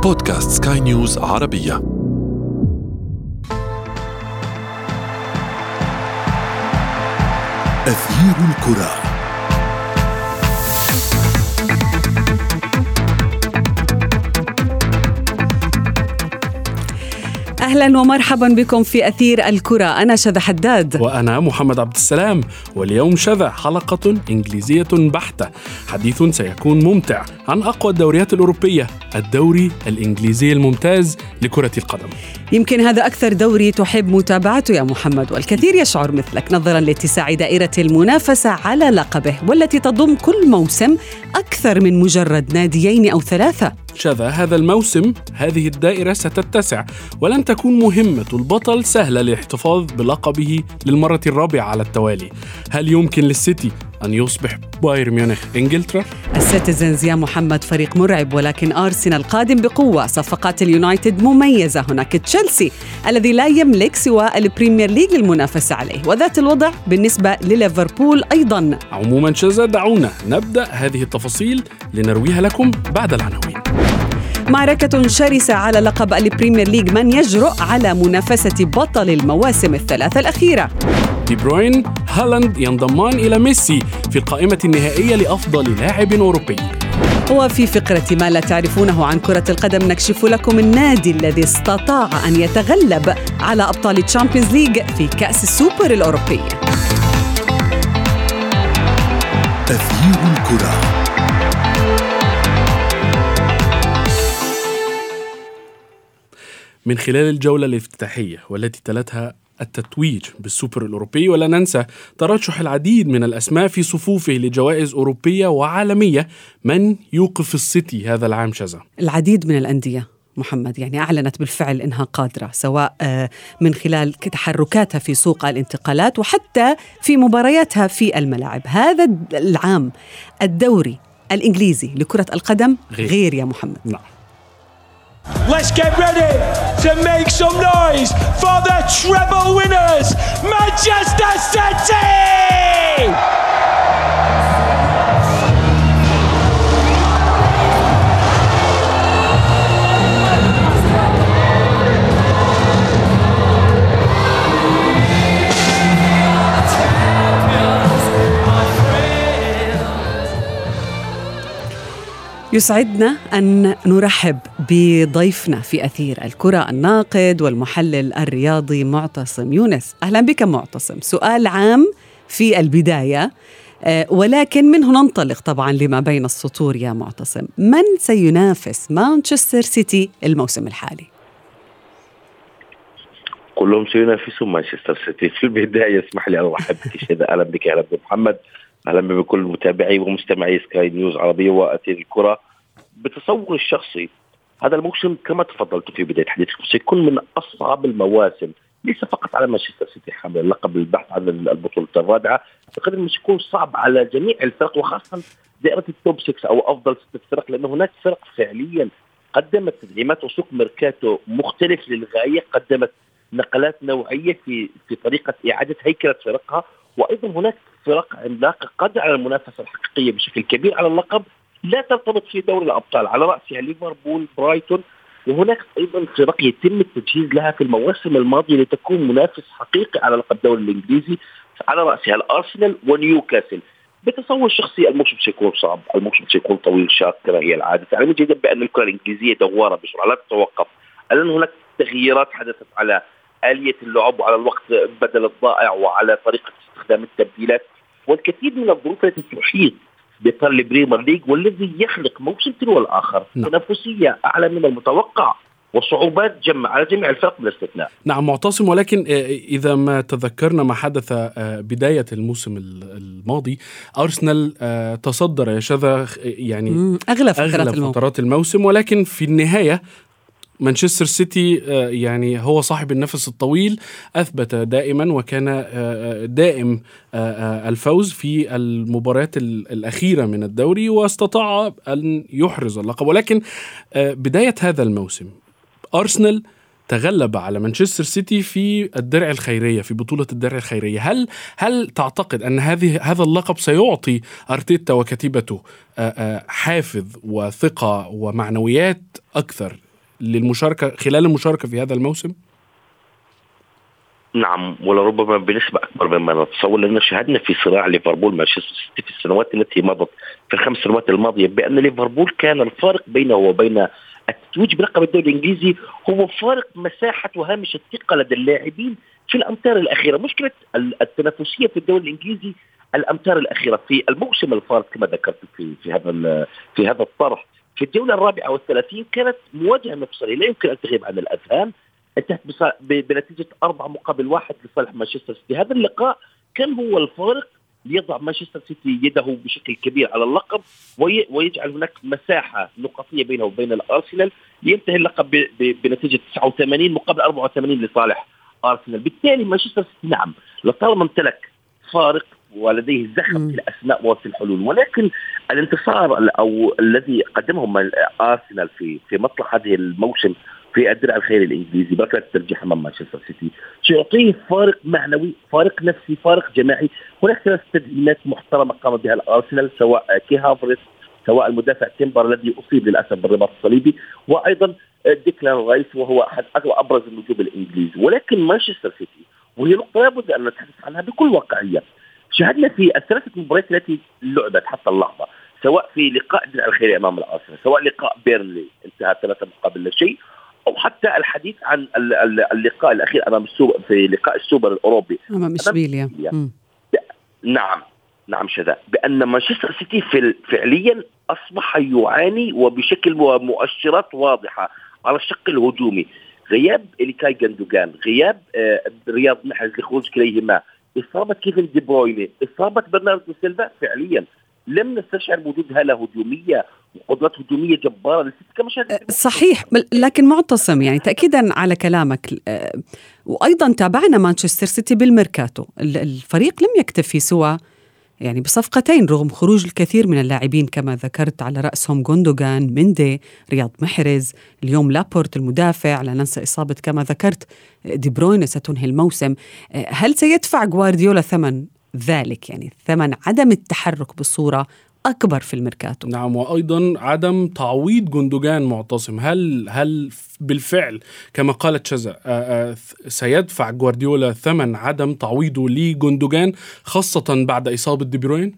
بودكاست سكاي نيوز عربية. أثير الكرة. أهلا ومرحبا بكم في أثير الكرة. أنا شذى حداد وأنا محمد عبد السلام. واليوم شذى حلقة إنجليزية بحتة، حديث سيكون ممتع عن أقوى الدوريات الأوروبية، الدوري الإنجليزي الممتاز لكرة القدم. يمكن هذا أكثر دوري تحب متابعته يا محمد، والكثير يشعر مثلك نظرا لاتساع دائرة المنافسة على لقبه، والتي تضم كل موسم أكثر من مجرد ناديين أو ثلاثة. شذا هذا الموسم هذه الدائرة ستتسع، ولن تكون مهمة البطل سهلة للاحتفاظ بلقبه للمرة الرابعة على التوالي. هل يمكن للسيتي أن يصبح بايرن ميونخ إنجلترا؟ السيتيزنز يا محمد فريق مرعب، ولكن أرسنال قادم بقوة. صفقات اليونايتد مميزة. هناك تشيلسي الذي لا يملك سوى البريمير ليج للمنافسة عليه، وذات الوضع بالنسبة لليفربول أيضا. عموما شذا دعونا نبدأ هذه التفاصيل لنرويها لكم بعد العناوين. معركة شرسة على لقب البريمير ليج، من يجرؤ على منافسة بطل المواسم الثلاثة الأخيرة؟ دي بروين، هالاند ينضمان إلى ميسي في القائمة النهائية لأفضل لاعب أوروبي. وفي فقرة ما لا تعرفونه عن كرة القدم نكشف لكم النادي الذي استطاع أن يتغلب على أبطال الشامبيونز ليج في كأس السوبر الأوروبي. أثير الكرة. من خلال الجولة الافتتاحية والتي تلتها التتويج بالسوبر الأوروبي، ولا ننسى ترشح العديد من الأسماء في صفوفه لجوائز أوروبية وعالمية، من يوقف السيتي هذا العام شذا؟ العديد من الأندية محمد أعلنت بالفعل إنها قادرة، سواء من خلال تحركاتها في سوق الانتقالات وحتى في مبارياتها في الملاعب. هذا العام الدوري الإنجليزي لكرة القدم غير يا محمد. نعم. Let's get ready to make some noise for the treble winners, Manchester City! يسعدنا أن نرحب بضيفنا في أثير الكرة، الناقد والمحلل الرياضي معتصم يونس. أهلا بك معتصم. سؤال عام في البداية، ولكن منه ننطلق طبعا لما بين السطور يا معتصم. من سينافس مانشستر سيتي الموسم الحالي؟ كلهم سينافسوا مانشستر سيتي. في البداية اسمح لي أن أرحب بك شذا. أهلا بك، أهلا بمحمد، أهلا بكل متابعي ومستمعي سكاي نيوز عربية وأثير الكرة. بتصور الشخصي هذا الموسم كما تفضلت في بداية حديثك سيكون من أصعب المواسم، ليس فقط على مانشستر سيتي حامل اللقب البحث عن البطولة الرابعة، بقدر ما سيكون صعب على جميع الفرق، وخاصة دائرة التوب 6 أو أفضل 6 فرق، لأن هناك فرق فعليا قدمت تدعيمات وسوق ميركاتو مختلف للغاية، قدمت نقلات نوعية في طريقة إعادة هيكلة فرقها، وأيضا هناك فرق عملاقة قادرة على المنافسة الحقيقية بشكل كبير على اللقب، لا ترتبط في دوري الأبطال، على رأسها ليفربول، برايتون، وهناك أيضا فرق يتم التجهيز لها في المواسم الماضية لتكون منافس حقيقي على لقب الدوري الإنجليزي، على رأسها الأرسنال ونيوكاسل. بتصور شخصي الموسم سيكون صعب، الموسم سيكون طويل شاق كما هي العادة. تعلم جيدا بأن الكرة الإنجليزية دوارة بسرعة لا تتوقف، لأن هناك تغييرات حدثت على آلية اللعب وعلى الوقت بدل الضائع وعلى طريقة استخدام التبديلات، والكثير من الظروف التي تحيط بإطار البريمير ليج، والذي يخلق موسم تلو الآخر تنافسية أعلى من المتوقع وصعوبات على جميع الفرق بلا استثناء. نعم معتصم، ولكن إذا ما تذكرنا ما حدث بداية الموسم الماضي، أرسنال تصدر يا شذا يعني أغلى فترات الموسم، ولكن في النهاية مانشستر سيتي يعني هو صاحب النفس الطويل، أثبت دائما وكان دائم الفوز في المباريات الأخيرة من الدوري، واستطاع أن يحرز اللقب. ولكن بداية هذا الموسم أرسنال تغلب على مانشستر سيتي في الدرع الخيرية، في بطولة الدرع الخيرية. هل تعتقد أن هذا اللقب سيعطي أرتيتا وكتيبته حافز وثقة ومعنويات أكثر للمشاركة خلال المشاركة في هذا الموسم؟ نعم، ولربما بنسبة أكبر مما نتصور، لأن شاهدنا في صراع ليفربول مانشستر سيتي في السنوات التي مضت، في ال5 سنوات الماضية، بأن ليفربول كان الفارق بينه وبين التتويج بلقب الدوري الإنجليزي هو فارق مساحة وهامش الثقة لدى اللاعبين في الأمتار الأخيرة. مشكلة التنافسية في الدوري الإنجليزي الأمتار الأخيرة. في الموسم الفارق كما ذكرت في هذا الطرح في الجولة 34 كانت مواجهة مفصلية لا يمكن أن تغيب عن الأذهان، انتهت بنتيجة 4-1 لصالح مانشستر سيتي. هذا اللقاء كان هو الفارق ليضع مانشستر سيتي يده بشكل كبير على اللقب ويجعل هناك مساحة نقطية بينه وبين الأرسنال لينتهي اللقب بنتيجة 89 مقابل 84 لصالح أرسنال. بالتالي مانشستر سيتي نعم لطالما امتلك فارق ولديه زخم في الأسماء وفي الحلول، ولكن الانتصار أو الذي قدمه أرسنال في مطلع هذه الموسم في الدرع الخيري الإنجليزي بركة الترجيح أمام مانشستر سيتي سيعطيه فارق معنوي، فارق نفسي، فارق جماعي. هناك 3 تدعيمات محترمة قام بها الأرسنال، سواء كي هافرتز، سواء المدافع تيمبر الذي أصيب للأسف بالرباط الصليبي، وأيضا ديكلان رايس وهو أحد أبرز النجوم الإنجليزي. ولكن مانشستر سيتي وهي نقطة لابد أن نتحدث عنها بكل واقعية، شاهدنا في ال3 مباريات التي لعبت حتى اللحظة، سواء في لقاء الدرع الخيري أمام الأرسنال، سواء لقاء بيرنلي انتهى 3 مقابل لا شيء، أو حتى الحديث عن اللقاء الأخير أمام في لقاء السوبر الأوروبي أمام إشبيليا. نعم شذا، بأن مانشستر سيتي فعليا أصبح يعاني وبشكل مؤشرات واضحة على الشق الهجومي. غياب إليكاي جندوغان، غياب رياض محرز لخروج كليهما، إصابة كيفن دي برويني، إصابة برناردو سيلفا، فعليا لم نستشعر وجود هالة هجومية وقدرات هجومية جبارة للسيتي كما شاهدنا. صحيح، لكن معتصم يعني تأكيدا على كلامك، وأيضا تابعنا مانشستر سيتي بالميركاتو، الفريق لم يكتفي سوى يعني بصفقتين رغم خروج الكثير من اللاعبين كما ذكرت، على رأسهم غوندوغان، مندي، رياض محرز، اليوم لابورت المدافع، لا ننسى إصابة كما ذكرت دي بروين ستنهي الموسم. هل سيدفع غوارديولا ثمن ذلك، يعني ثمن عدم التحرك بصورة أكبر في الميركاتو؟ نعم، وأيضا عدم تعويض غوندوغان. معتصم، هل بالفعل كما قالت شذا سيدفع غوارديولا ثمن عدم تعويضه لغوندوغان خاصة بعد إصابة دي بروين؟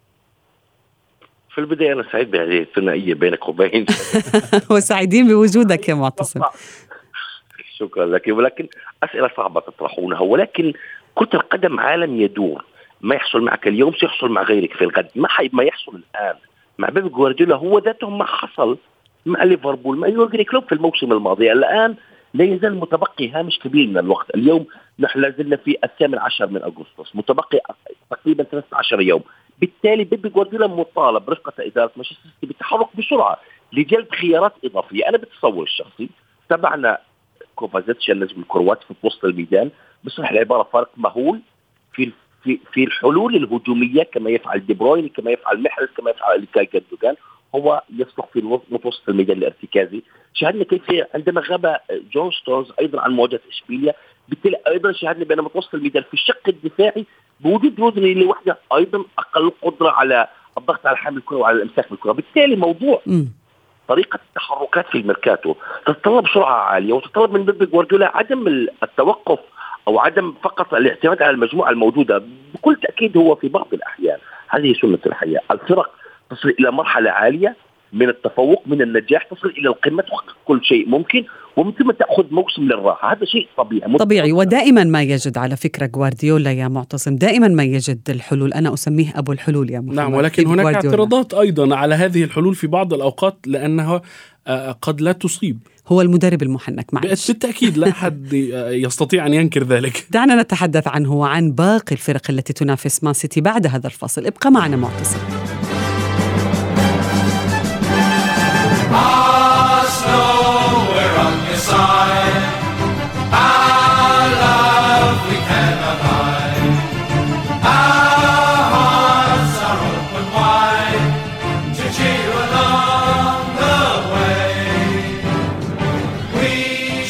في البداية أنا سعيد بهذه الثنائية بينك وبين وسعيدين بوجودك يا معتصم. شكرا لك، ولكن أسئلة صعبة تطرحونها، ولكن كرة القدم عالم يدور، ما يحصل معك اليوم سيحصل مع غيرك في الغد. ما يحصل الآن مع بيب غوارديولا هو ذاته ما حصل مع ليفربول، مع يورجن كلوب في الموسم الماضي. الآن لا يزال متبقي هامش كبير من الوقت. اليوم نحن لازلنا في 18 من أغسطس، متبقي تقريبا 13 يوم. بالتالي بيب غوارديولا مطالب رفقة إدارة مانشستر سيتي بالتحرك بسرعة لجلب خيارات إضافية. أنا بتصور الشخصي تبعنا كوفازيتش النجم الكرواتي في وسط الميدان، بصراحة العبارة فارق مهول في الحلول الهجومية، كما يفعل دي بروين، كما يفعل محرز، كما يفعل إليكاي جندوغان. هو يصلح في وسط الميدان الارتكازي. شاهدنا كيف عندما غاب جون ستونز أيضا عن مواجهة إشبيليا، بالتالي أيضا شاهدنا بأن متوسط الميدان في الشق الدفاعي بوجود رودري لوحده أيضا أقل قدرة على الضغط على حامل الكرة وعلى الإمساك بالكرة. بالتالي موضوع طريقة التحركات في الميركاتو تتطلب سرعة عالية، وتتطلب من بيب غوارديولا عدم التوقف أو عدم فقط الاعتماد على المجموعة الموجودة. بكل تأكيد هو في بعض الأحيان هذه سنة الحياة، الفرق تصل إلى مرحلة عالية من التفوق، من النجاح، تصل إلى القمة، تحقق كل شيء ممكن، ومن ثم تأخذ موسم للراحة. هذا شيء طبيعي. ودائما ما يجد على فكرة غوارديولا يا معتصم، دائما ما يجد الحلول. أنا أسميه أبو الحلول يا محمد. نعم، ولكن هناك اعتراضات أيضا على هذه الحلول في بعض الأوقات لأنها قد لا تصيب. هو المدرب المحنك معلش. بالتأكيد لا أحد يستطيع أن ينكر ذلك. دعنا نتحدث عنه وعن باقي الفرق التي تنافس مان سيتي بعد هذا الفصل. ابقى معنا معتصم.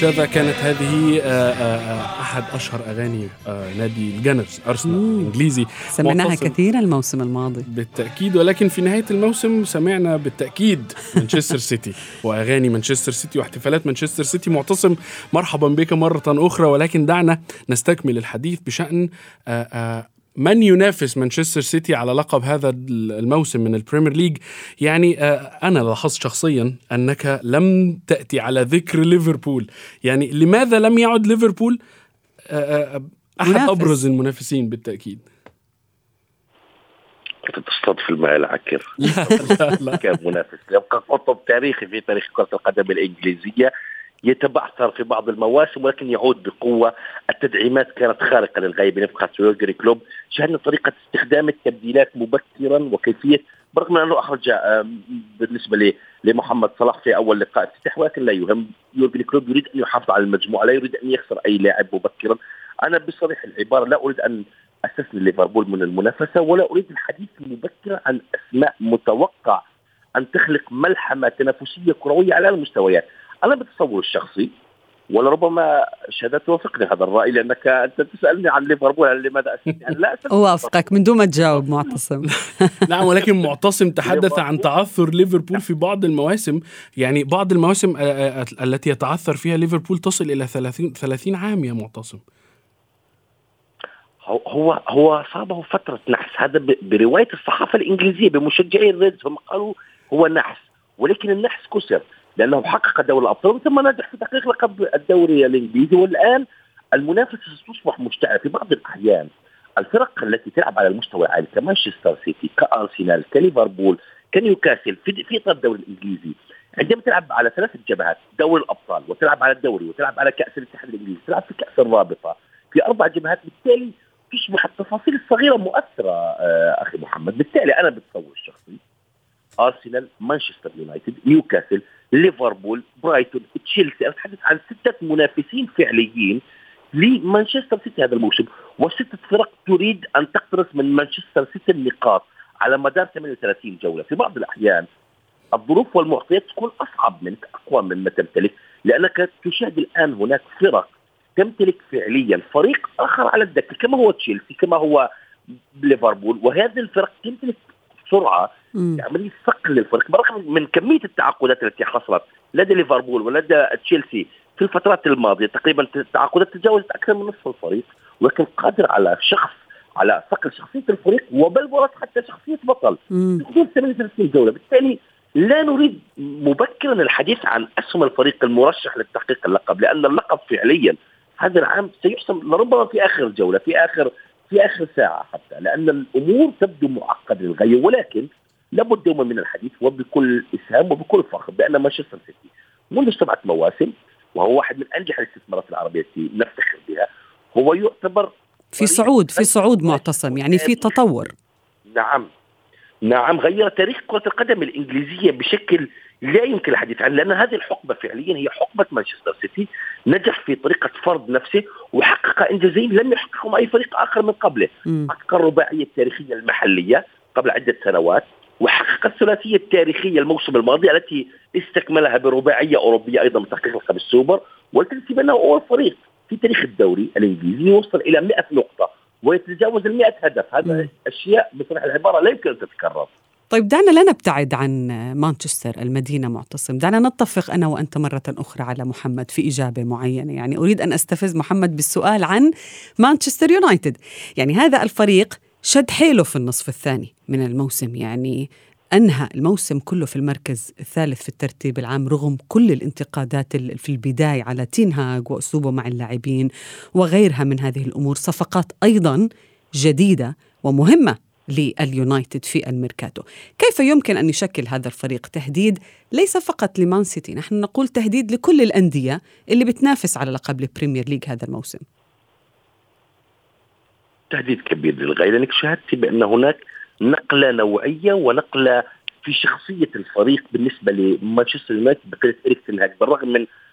شذا كانت هذه أحد أشهر أغاني نادي الجانرز أرسنال الإنجليزي. سمعناها كثيرا الموسم الماضي بالتأكيد، ولكن في نهاية الموسم سمعنا بالتأكيد مانشستر سيتي وأغاني مانشستر سيتي واحتفالات مانشستر سيتي. معتصم، مرحبا بك مرة أخرى، ولكن دعنا نستكمل الحديث بشأن من ينافس مانشستر سيتي على لقب هذا الموسم من البريمير ليج. يعني أنا لاحظت شخصيا أنك لم تأتي على ذكر ليفربول. يعني لماذا لم يعد ليفربول أحد أبرز المنافسين؟ بالتأكيد تصطدف الماء العكر. لا كان منافس، يبقى قطب تاريخي في تاريخ كرة القدم الإنجليزية، يتبعثر في بعض المواسم ولكن يعود بقوة. التدعيمات كانت خارقة للغاية بنفقة يورجن كلوب. شاهدنا طريقة استخدام التبديلات مبكرا وكيفية، برغم أنه أخرج بالنسبة لمحمد صلاح في أول لقاء افتتاح، ولكن لا يهم. يورجن كلوب يريد أن يحافظ على المجموعة، لا يريد أن يخسر أي لاعب مبكرا. أنا بصريح العبارة لا أريد أن أستثني ليفربول من المنافسة، ولا أريد الحديث مبكرا عن أسماء متوقع أن تخلق ملحمة تنافسية كروية على المستويات. أنا بتصور الشخصي، ولربما شهادة توافقني هذا الرأي، لأنك أنت تسألني عن ليفربول لماذا أستثني. لا أوافقك من دون ما تجاوب معتصم. نعم، ولكن معتصم تحدث عن تعثر ليفربول في بعض المواسم. يعني بعض المواسم التي يتعثر فيها ليفربول تصل إلى 30 عام يا معتصم. هو صابه فترة نحس، هذا برواية الصحافة الإنجليزية بمشجعي الريدز، هم قالوا هو نحس، ولكن النحس كسر لأنه حقق دوري الأبطال ثم نجح في تحقيق لقب الدوري الإنجليزي. والآن المنافسة تصبح مشتعلة. في بعض الأحيان الفرق التي تلعب على المستوى العالي كمانشستر سيتي، كأرسنال، كليفربول، كنيوكاسل في إطار الدوري الإنجليزي، عندما تلعب على 3 جبهات، دوري الأبطال وتلعب على الدوري وتلعب على كأس الاتحاد الإنجليزي، تلعب في كأس الرابطة، في 4 جبهات، بالتالي تصبح التفاصيل الصغيرة مؤثرة. أخي محمد، بالتالي أنا بتصور الشخصي أرسنال، مانشستر يونايتد، نيوكاسل، ليفربول، برايتون، تشيلسي، أتحدث عن 6 منافسين فعليين لمانشستر سيتي هذا الموسم، و6 فرق تريد أن تقترص من مانشستر سيتي النقاط على مدار 38 جولة. في بعض الأحيان الظروف والمعطيات تكون أصعب منك، أقوى مما تمتلك، لأنك تشاهد الآن هناك فرق تمتلك فعليا فريق آخر على الدكة، كما هو تشيلسي، كما هو ليفربول، وهذه الفرق تمتلك سرعة عملية صقل للفريق، برغم من كمية التعاقدات التي حصلت لدى ليفربول ولدى تشيلسي في الفترات الماضية. تقريبا التعاقدات تجاوزت أكثر من نصف الفريق، ولكن قادر على صقل شخصية الفريق، وبل حتى شخصية بطل في حدود 38 جولة. بالتالي لا نريد مبكرا الحديث عن أسهم الفريق المرشح للتحقيق اللقب، لأن اللقب فعليا هذا العام سيحسم لربما في آخر الجولة، في آخر ساعة حتى، لأن الأمور تبدو معقدة للغاية. ولكن لابد دوما من الحديث وبكل إسهام وبكل فخر بأن مانشستر سيتي منذ 7 مواسم، وهو واحد من أنجح الاستثمارات العربية التي نفتخر بها، هو يعتبر في صعود معتصم، يعني في تطور. نعم، غير تاريخ كرة القدم الإنجليزية بشكل لا يمكن الحديث عنه، لأن هذه الحقبة فعليا هي حقبة مانشستر سيتي. نجح في طريقة فرض نفسه وحقق إنجازين لم يحققهم أي فريق آخر من قبله. حقق الرباعية التاريخية المحلية قبل عدة سنوات، وحقق الثلاثية التاريخية الموسم الماضي التي استكملها برباعية أوروبية أيضا من تحقيق لقب السوبر، والتي بأنه أول فريق في تاريخ الدوري الإنجليزي يوصل إلى 100 نقطة ويتجاوز 100 هدف. هذا أشياء بصراحة العبارة لا يمكن أن تتكرر. طيب دعنا لا نبتعد عن مانشستر المدينة معتصم، دعنا نتفق أنا وأنت مرة أخرى على محمد في إجابة معينة. يعني أريد أن أستفز محمد بالسؤال عن مانشستر يونايتد. يعني هذا الفريق شد حيله في النصف الثاني من الموسم، يعني أنهى الموسم كله في المركز الثالث في الترتيب العام رغم كل الانتقادات في البداية على تين هاغ وأسلوبه مع اللاعبين وغيرها من هذه الأمور. صفقات أيضا جديدة ومهمة لليونايتد في الميركاتو. كيف يمكن أن يشكل هذا الفريق تهديد ليس فقط لمان سيتي، نحن نقول تهديد لكل الأندية اللي بتنافس على لقب البريمير ليج هذا الموسم؟ تهديد كبير للغاية، لأنك شاهدت بأن هناك نقلة نوعية ونقلة في شخصية الفريق بالنسبة لمانشستر يونايتد بقيادة إريك تين هاغ. بالرغم من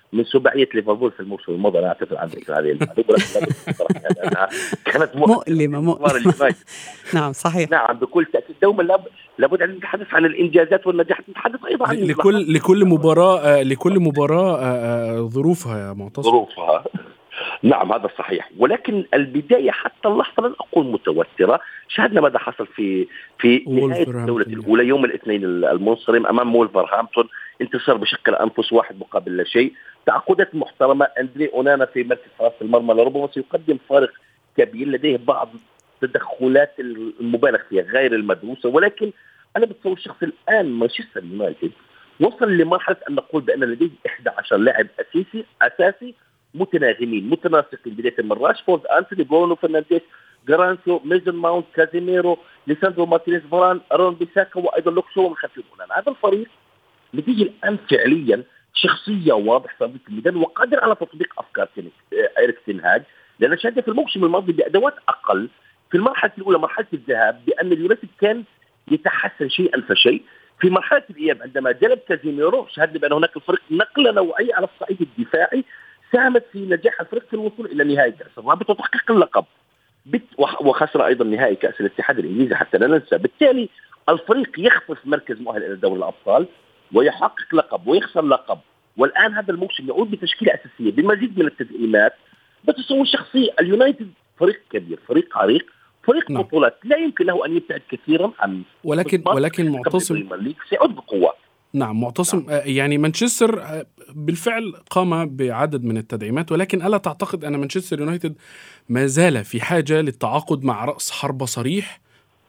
من سباعية ليفربول في الموسم الماضي. أنا أعتذر عن ذكر هذه المعلومة كانت مؤلمة. نعم صحيح. نعم بكل تأكيد. دوما لابد أن نتحدث عن الإنجازات والنجاح، نتحدث أيضا عن لكل مباراة ظروفها يا معتصم. ظروفها نعم هذا صحيح، ولكن البداية حتى اللحظة لن أقول متوترة. شاهدنا ماذا حصل في نهاية الجولة الأولى يوم الاثنين المنصرم أمام وولفرهامبتون، انتصار بشكل أنفس 1-0. تعاقدات محترمة. أندري أونانا في مركز حراسة المرمى لربما سيقدم فارق كبير، لديه بعض التدخلات المبالغ فيها غير المدروسة، ولكن أنا بتصور الشخص الآن مانشستر يونايتد وصل لمرحلة أن نقول بأن لديه 11 لاعب أساسي متناغمين متناسقين، بداية من راشفورد، أنتوني، برونو فرنانديز، جرانشو، ميزن ماونت، كازيميرو، ليساندرو مارتينيز، فاران، أرون بيساكا، وأيضا لوكشو من خلف المنان. هذا الفريق لديه الآن فعليا شخصية واضحة في الميدان وقادر على تطبيق أفكار إيريك تين هاج، لأن شاهدنا في الموسم الماضي بأدوات أقل في المرحلة الأولى مرحلة الذهاب بأن اليونايتد كان يتحسن شيئا فشيء. في مرحلة الإياب عندما جلب كازيميرو شاهدنا بأن هناك الفريق نقلة نوعية على الصعيد الدفاعي ساهمت في نجاح الفريق في الوصول إلى نهائي كأس الرابطة وتحقيق اللقب، وخسر أيضا نهائي كأس الاتحاد الإنجليزي حتى لا ننسى. بالتالي الفريق يخطف مركز مؤهل إلى دوري الأبطال ويحقق لقب ويخسر لقب، والآن هذا الموسم يعود بتشكيلة أساسية بمزيد من التدعيمات. بتصور شخصي اليونايتد فريق كبير، فريق عريق، فريق بطولات، لا يمكن له أن يبتعد كثيرا عن ولكن معتصم سيعود بقوة. نعم معتصم، يعني مانشستر بالفعل قام بعدد من التدعيمات، ولكن ألا تعتقد أن مانشستر يونايتد ما زال في حاجة للتعاقد مع رأس حربة صريح؟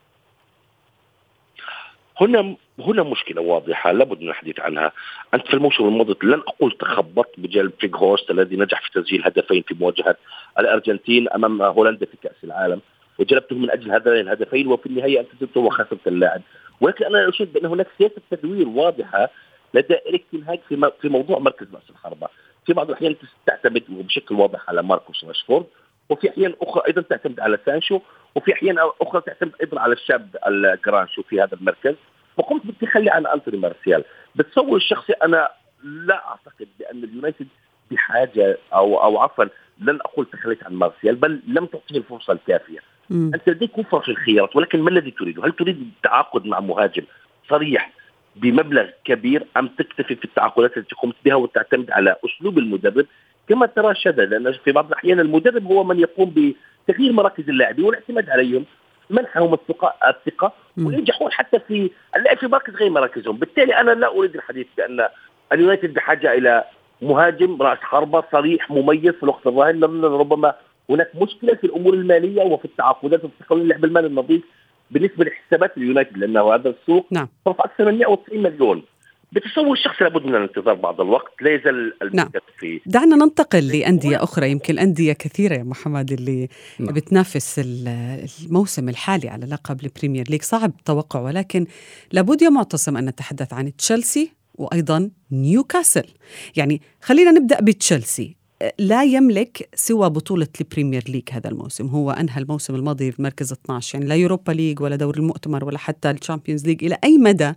هنا مشكلة واضحة لابد من الحديث عنها. أنت في الموسم الماضي لن أقول تخبطت بجلب فيغهورست الذي نجح في تسجيل هدفين في مواجهة الأرجنتين أمام هولندا في كأس العالم، وجلبته من أجل هذين الهدفين، وفي النهاية أنت جبته وخسرت اللاعب. ولكن أنا أشهد بأن هناك سياسة تدوير واضحة لدى إيريك تين هاج في موضوع مركز رأس الحربة. في بعض الأحيان تعتمد بشكل واضح على ماركوس راشفورد، وفي أحيان أخرى أيضا تعتمد على سانشو، وفي أحيان أخرى تعتمد أيضا على الشاب الجرانشو في هذا المركز، وقمت بالتخلي عن أنتوني مارسيال. بتصور الشخصي أنا لا أعتقد بأن اليونايتد بحاجة أو عفوا لن أقول تخليت عن مارسيال، بل لم تعطيه الفرصة الكافية. أنت لديك وفرة في الخيارات، ولكن ما الذي تريده؟ هل تريد التعاقد مع مهاجم صريح بمبلغ كبير، أم تكتفي في التعاقدات التي قمت بها وتعتمد على أسلوب المدرب كما ترى شذا؟ لأن في بعض الأحيان المدرب هو من يقوم بتغيير مراكز اللاعبين والاعتماد عليهم، منحهم الثقة وينجحون حتى في اللعب في مراكز غير مراكزهم. بالتالي أنا لا أريد الحديث بأن اليونايتد بحاجة إلى مهاجم رأس حربة صريح مميز في الوقت الراهن، لأن ربما هناك مشكلة في الأمور المالية وفي التعاقدات وفي قانون اللعب المالي النظيف بالنسبة لحسابات اليونايتد، لأنه هذا السوق صرف أكثر من 190 مليون. بتصور الشخص لابد من الانتظار بعض الوقت، لا يزال المكتب فيه. دعنا ننتقل لأندية أخرى، يمكن أندية كثيرة يا محمد اللي بتنافس الموسم الحالي على لقب البريمير ليج. صعب توقع، ولكن لابد يا معتصم أن نتحدث عن تشيلسي وأيضا نيوكاسل. يعني خلينا نبدأ بتشيلسي. لا يملك سوى بطولة البريمير ليج هذا الموسم، هو أنهى الموسم الماضي في مركز 12، يعني لا يوروبا ليج ولا دوري المؤتمر ولا حتى الشامبيونز ليج. إلى أي مدى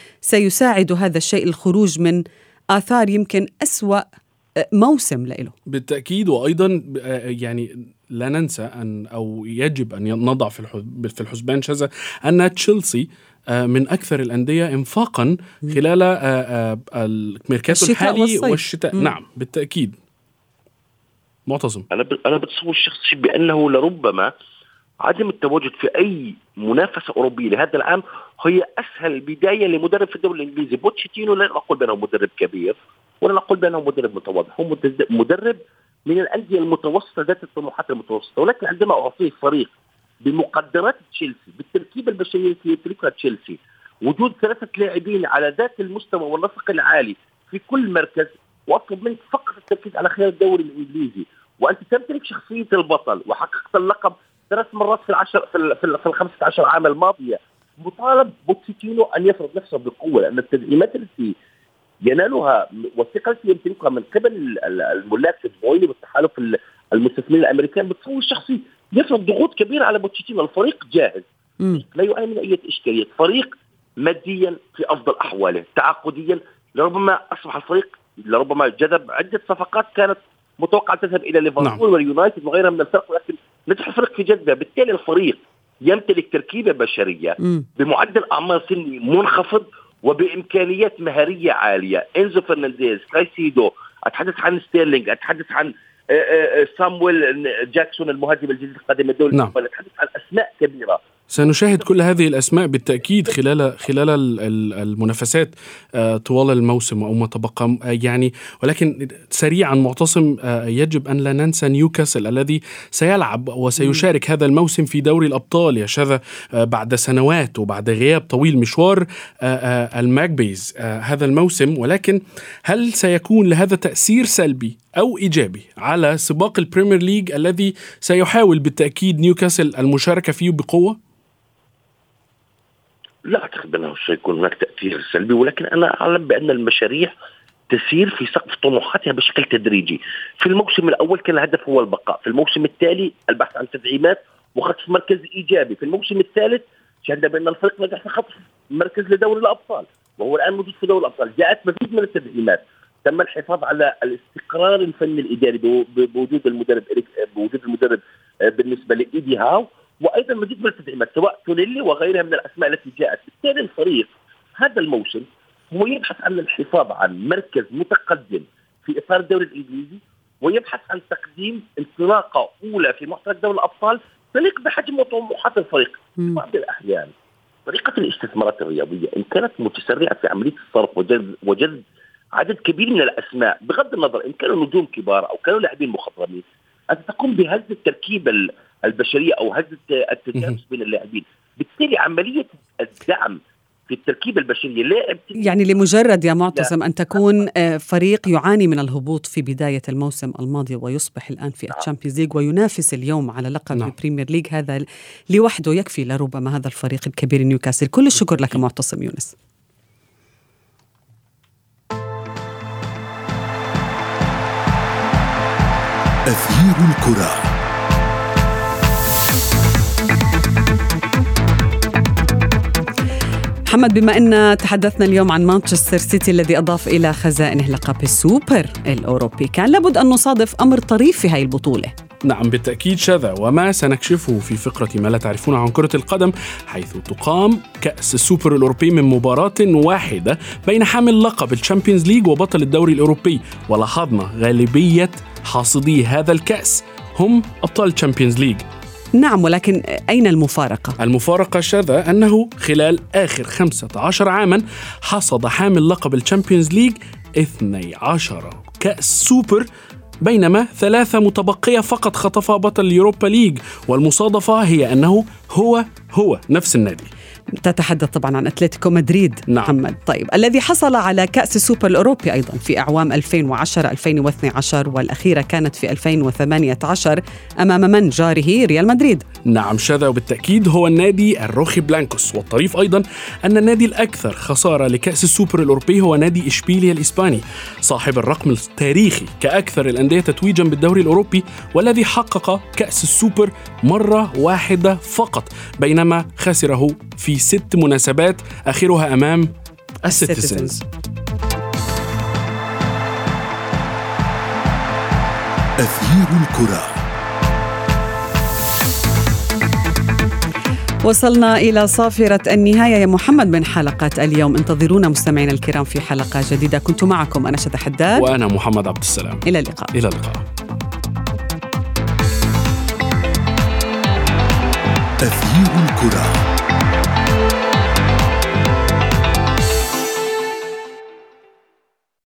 سيساعد هذا الشيء الخروج من آثار يمكن أسوأ موسم له؟ بالتأكيد، وأيضا يعني لا ننسى أو يجب أن نضع في الحسبان شذا أن تشيلسي من أكثر الأندية إنفاقا خلال الميركاتو الحالي والشتاء. نعم بالتأكيد. معتصم، أنا بتصور الشخصي بأنه لربما عدم التواجد في أي منافسة أوروبية لهذا العام هي أسهل بداية لمدرب في الدوري الإنجليزي. بوتشيتينو لا نقول بأنه مدرب كبير ولا نقول بأنه مدرب متواضع، هو مدرب من الأندية المتوسطة ذات الطموحات المتوسطة، ولكن عندما أعطيه فريق بمقدرات تشيلسي بالتركيبة البشرية التي يمتلكها تشيلسي، وجود 3 لاعبين على ذات المستوى والنسق العالي في كل مركز، وأطلب منك فقط التركيز على خيار الدوري الإنجليزي، وأنت تمتلك شخصية البطل وحققت اللقب 3 مرات في 15 عام الماضية، مطالب بوتشيتينو أن يفرض نفسه بقوة، لأن التدعيمات التي ينالها والثقة التي يمتلكها من قبل الملاك البويني والتحالف المستثمرين الأمريكان بتصور الشخصي يفرض ضغوط كبيرة على بوتشيتينو. الفريق جاهز، لا يعاني من أي إشكالية، فريق ماديا في أفضل أحواله، تعاقديا لربما أصبح الفريق لربما جذب عدة صفقات كانت متوقعة تذهب إلى ليفربول واليونايتد وغيرها من الفرق، ولكن نجح الفريق في جذبها. بالتالي الفريق يمتلك تركيبة بشرية بمعدل أعمار سني منخفض وبإمكانيات مهارية عالية. إنزو فرنانديز، كايسيدو، أتحدث عن ستيرلينج، أتحدث عن سامويل جاكسون المهاجم الجديد القادم الدولي، أتحدث عن أسماء كبيرة. سنشاهد كل هذه الأسماء بالتأكيد خلال المنافسات طوال الموسم أو ما تبقى يعني. ولكن سريعا معتصم، يجب أن لا ننسى نيوكاسل الذي سيلعب وسيشارك هذا الموسم في دوري الأبطال يا شذا بعد سنوات وبعد غياب طويل، مشوار الماجبيز هذا الموسم. ولكن هل سيكون لهذا تأثير سلبي أو إيجابي على سباق البريمير ليج الذي سيحاول بالتأكيد نيوكاسل المشاركة فيه بقوة؟ لا أعتقد أنه سيكون هناك تأثير سلبي، ولكن أنا أعلم بأن المشاريع تسير في سقف طموحاتها بشكل تدريجي. في الموسم الأول كان الهدف هو البقاء، في الموسم التالي البحث عن تدعيمات وخطف مركز إيجابي، في الموسم الثالث شهدنا بأن الفريق نجح في خطف مركز لدوري الأبطال وهو الآن موجود في دوري الأبطال. جاءت مزيد من التدعيمات، تم الحفاظ على الاستقرار الفني الإداري بوجود المدرب بالنسبة لإيدي هاو، وأيضا مزيد من التدعيمات سواء تونيلي وغيرها من الأسماء التي جاءت. بالتالي الفريق هذا الموسم هو يبحث عن الحفاظ عن مركز متقدم في إطار الدوري الإنجليزي، ويبحث عن تقديم انطلاقة أولى في معترك دوري الأبطال تليق بحجم وطموحات الفريق. في بعض الأحيان طريقة الاستثمارات الرياضية إن كانت متسرعة في عملية الصرف وجذب عدد كبير من الأسماء، بغض النظر إن كانوا نجوم كبار أو كانوا لاعبين مخضرمين، أن تقوم بهز التركيبة البشرية أو هز التجانس بين اللاعبين. بالتالي عملية الدعم في التركيبة البشرية يعني لمجرد يا معتصم أن تكون فريق يعاني من الهبوط في بداية الموسم الماضي ويصبح الآن في الشامبيونز ليج وينافس اليوم على لقب البريمير ليج، هذا لوحده يكفي لربما هذا الفريق الكبير نيوكاسل. كل الشكر لك معتصم يونس. أثير الكرة. محمد، بما أن تحدثنا اليوم عن مانشستر سيتي الذي أضاف إلى خزائنه لقب السوبر الأوروبي، كان لابد أن نصادف أمر طريف في هذه البطولة. نعم بالتأكيد شذا، وما سنكشفه في فقرة ما لا تعرفون عن كرة القدم، حيث تقام كأس السوبر الأوروبي من مباراة واحدة بين حامل لقب الشامبيونز ليج وبطل الدوري الأوروبي. ولاحظنا غالبية حاصدي هذا الكأس هم أبطال الشامبيونز ليج. نعم، ولكن أين المفارقة؟ المفارقة شذا أنه خلال آخر 15 عاما حصد حامل لقب الشامبيونز ليج 12 كأس سوبر، بينما 3 متبقية فقط خطفها بطل اليوروبا ليج. والمصادفة هي أنه هو نفس النادي. تتحدث طبعا عن أتلتيكو مدريد. نعم. محمد، طيب الذي حصل على كأس السوبر الأوروبي أيضا في أعوام 2010 2012 والأخيرة كانت في 2018 أمام من؟ جاره ريال مدريد. نعم شذا، وبالتأكيد هو النادي الروخي بلانكوس. والطريف أيضا أن النادي الأكثر خسارة لكأس السوبر الأوروبي هو نادي إشبيليا الإسباني، صاحب الرقم التاريخي كأكثر الأندية تتويجا بالدوري الأوروبي، والذي حقق كأس السوبر مرة واحدة فقط، بينما خسره في 6 مناسبات آخرها أمام السيتيزنز. أثير الكرة. وصلنا إلى صافرة النهاية يا محمد من حلقة اليوم. انتظرونا مستمعينا الكرام في حلقة جديدة. كنت معكم أنا شذى حداد وأنا محمد عبد السلام. إلى اللقاء. إلى اللقاء. أثير الكرة.